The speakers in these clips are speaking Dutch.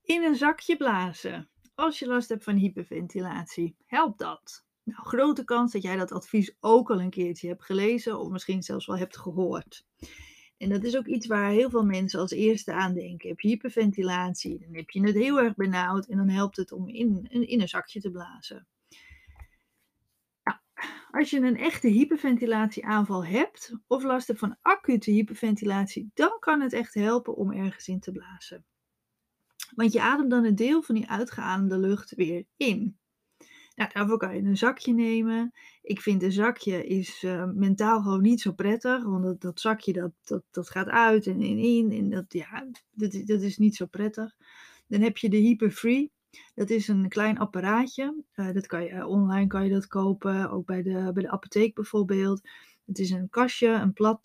In een zakje blazen. Als je last hebt van hyperventilatie, helpt dat? Nou, grote kans dat jij dat advies ook al een keertje hebt gelezen of misschien zelfs wel hebt gehoord. En dat is ook iets waar heel veel mensen als eerste aan denken. Heb je hyperventilatie, dan heb je het heel erg benauwd en dan helpt het om in een zakje te blazen. Nou, als je een echte hyperventilatieaanval hebt of last hebt van acute hyperventilatie, dan kan het echt helpen om ergens in te blazen. Want je ademt dan een deel van die uitgeademde lucht weer in. Nou, daarvoor kan je een zakje nemen. Ik vind een zakje is mentaal gewoon niet zo prettig, want dat zakje dat gaat uit en in en dat is niet zo prettig. Dan heb je de Hyperfree. Dat is een klein apparaatje. Dat kan je, online kan je dat kopen, ook bij de apotheek bijvoorbeeld. Het is een kastje, een plat,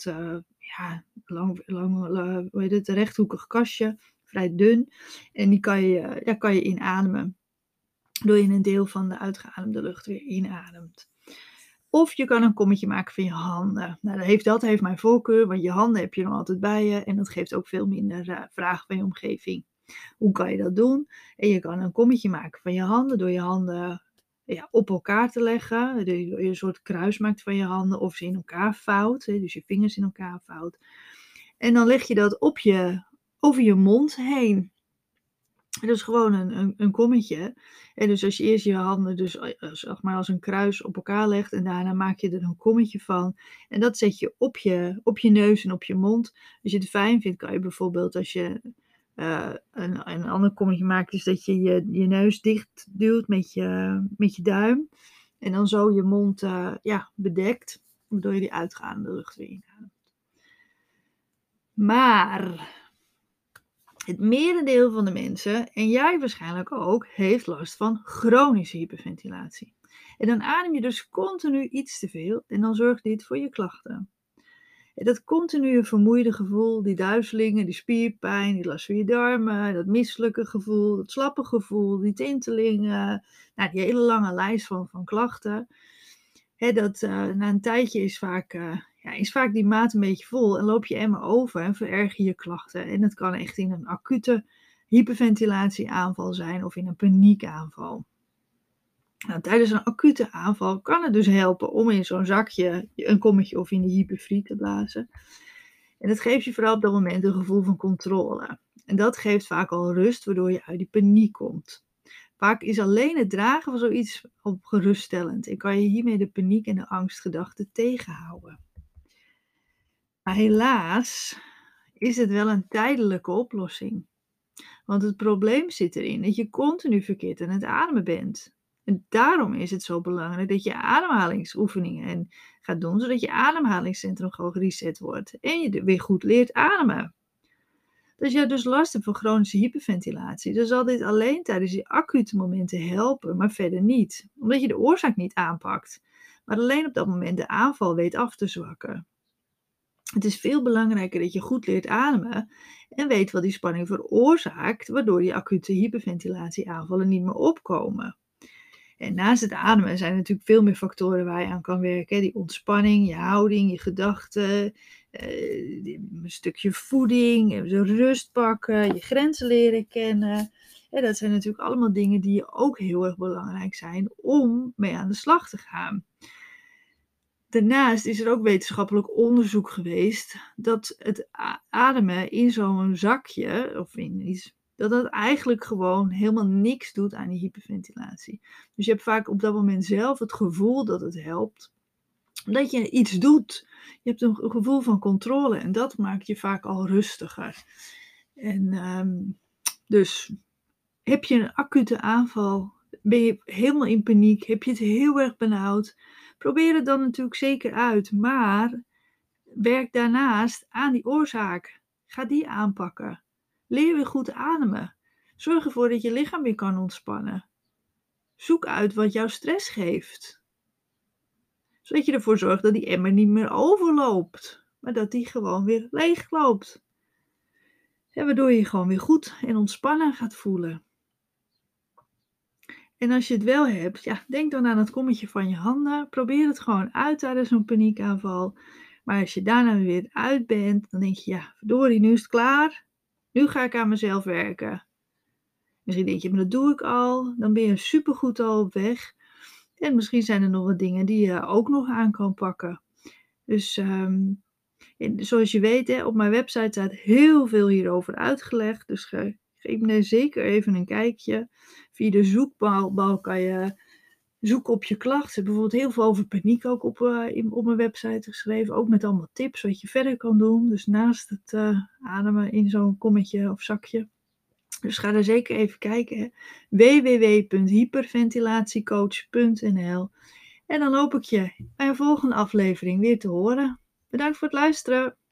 hoe heet het, een rechthoekig kastje, vrij dun. En die kan je inademen, waardoor je een deel van de uitgeademde lucht weer inademt. Of je kan een kommetje maken van je handen. Nou, dat heeft mijn voorkeur, want je handen heb je nog altijd bij je en dat geeft ook veel minder vragen van je omgeving. Hoe kan je dat doen? En je kan een kommetje maken van je handen door je handen op elkaar te leggen. Door je een soort kruis maakt van je handen of ze in elkaar vouwt, dus je vingers in elkaar vouwt. En dan leg je dat over je mond heen. Dus gewoon een kommetje. En dus als je eerst je handen dus, zeg maar als een kruis op elkaar legt en daarna maak je er een kommetje van. En dat zet je op je neus en op je mond. Als je het fijn vindt, kan je bijvoorbeeld als je een ander kommetje maakt, is dat je neus dicht duwt met je duim. En dan zo je mond bedekt, waardoor je die uitgaande lucht weer inademt. Maar het merendeel van de mensen, en jij waarschijnlijk ook, heeft last van chronische hyperventilatie. En dan adem je dus continu iets te veel en dan zorgt dit voor je klachten. En dat continue vermoeide gevoel, die duizelingen, die spierpijn, die last van je darmen, dat misselijke gevoel, dat slappe gevoel, die tintelingen, nou, die hele lange lijst van klachten. Na een tijdje is vaak die maat een beetje vol en loop je emmer over en vererger je klachten. En dat kan echt in een acute hyperventilatieaanval zijn of in een paniekaanval. Nou, tijdens een acute aanval kan het dus helpen om in zo'n zakje een kommetje of in die hyperfree te blazen. En dat geeft je vooral op dat moment een gevoel van controle. En dat geeft vaak al rust, waardoor je uit die paniek komt. Vaak is alleen het dragen van zoiets al geruststellend en kan je hiermee de paniek en de angstgedachten tegenhouden. Maar helaas is het wel een tijdelijke oplossing. Want het probleem zit erin dat je continu verkeerd aan het ademen bent. En daarom is het zo belangrijk dat je ademhalingsoefeningen gaat doen, zodat je ademhalingscentrum gewoon gereset wordt en je weer goed leert ademen. Als jij dus last hebt van chronische hyperventilatie, dan zal dit alleen tijdens die acute momenten helpen, maar verder niet. Omdat je de oorzaak niet aanpakt, maar alleen op dat moment de aanval weet af te zwakken. Het is veel belangrijker dat je goed leert ademen en weet wat die spanning veroorzaakt, waardoor die acute hyperventilatieaanvallen niet meer opkomen. En naast het ademen zijn er natuurlijk veel meer factoren waar je aan kan werken. Die ontspanning, je houding, je gedachten, een stukje voeding, rust pakken, je grenzen leren kennen. Dat zijn natuurlijk allemaal dingen die ook heel erg belangrijk zijn om mee aan de slag te gaan. Daarnaast is er ook wetenschappelijk onderzoek geweest dat het ademen in zo'n zakje of in iets, dat eigenlijk gewoon helemaal niks doet aan die hyperventilatie. Dus je hebt vaak op dat moment zelf het gevoel dat het helpt, omdat je iets doet. Je hebt een gevoel van controle en dat maakt je vaak al rustiger. En dus heb je een acute aanval, ben je helemaal in paniek, heb je het heel erg benauwd, probeer het dan natuurlijk zeker uit, maar werk daarnaast aan die oorzaak. Ga die aanpakken. Leer weer goed ademen. Zorg ervoor dat je lichaam weer kan ontspannen. Zoek uit wat jou stress geeft. Zodat je ervoor zorgt dat die emmer niet meer overloopt, maar dat die gewoon weer leegloopt. En waardoor je je gewoon weer goed en ontspannen gaat voelen. En als je het wel hebt, denk dan aan het kommetje van je handen. Probeer het gewoon uit tijdens zo'n paniekaanval. Maar als je daarna weer uit bent, dan denk je, verdorie, nu is het klaar. Nu ga ik aan mezelf werken. Misschien denk je, maar dat doe ik al. Dan ben je supergoed al op weg. En misschien zijn er nog wat dingen die je ook nog aan kan pakken. Dus zoals je weet, hè, op mijn website staat heel veel hierover uitgelegd. Dus geef me zeker even een kijkje. Via de zoekbalk kan je zoeken op je klachten. Ik heb bijvoorbeeld heel veel over paniek ook op mijn website geschreven. Ook met allemaal tips wat je verder kan doen. Dus naast het ademen in zo'n kommetje of zakje. Dus ga er zeker even kijken. Hè. www.hyperventilatiecoach.nl. En dan hoop ik je bij een volgende aflevering weer te horen. Bedankt voor het luisteren.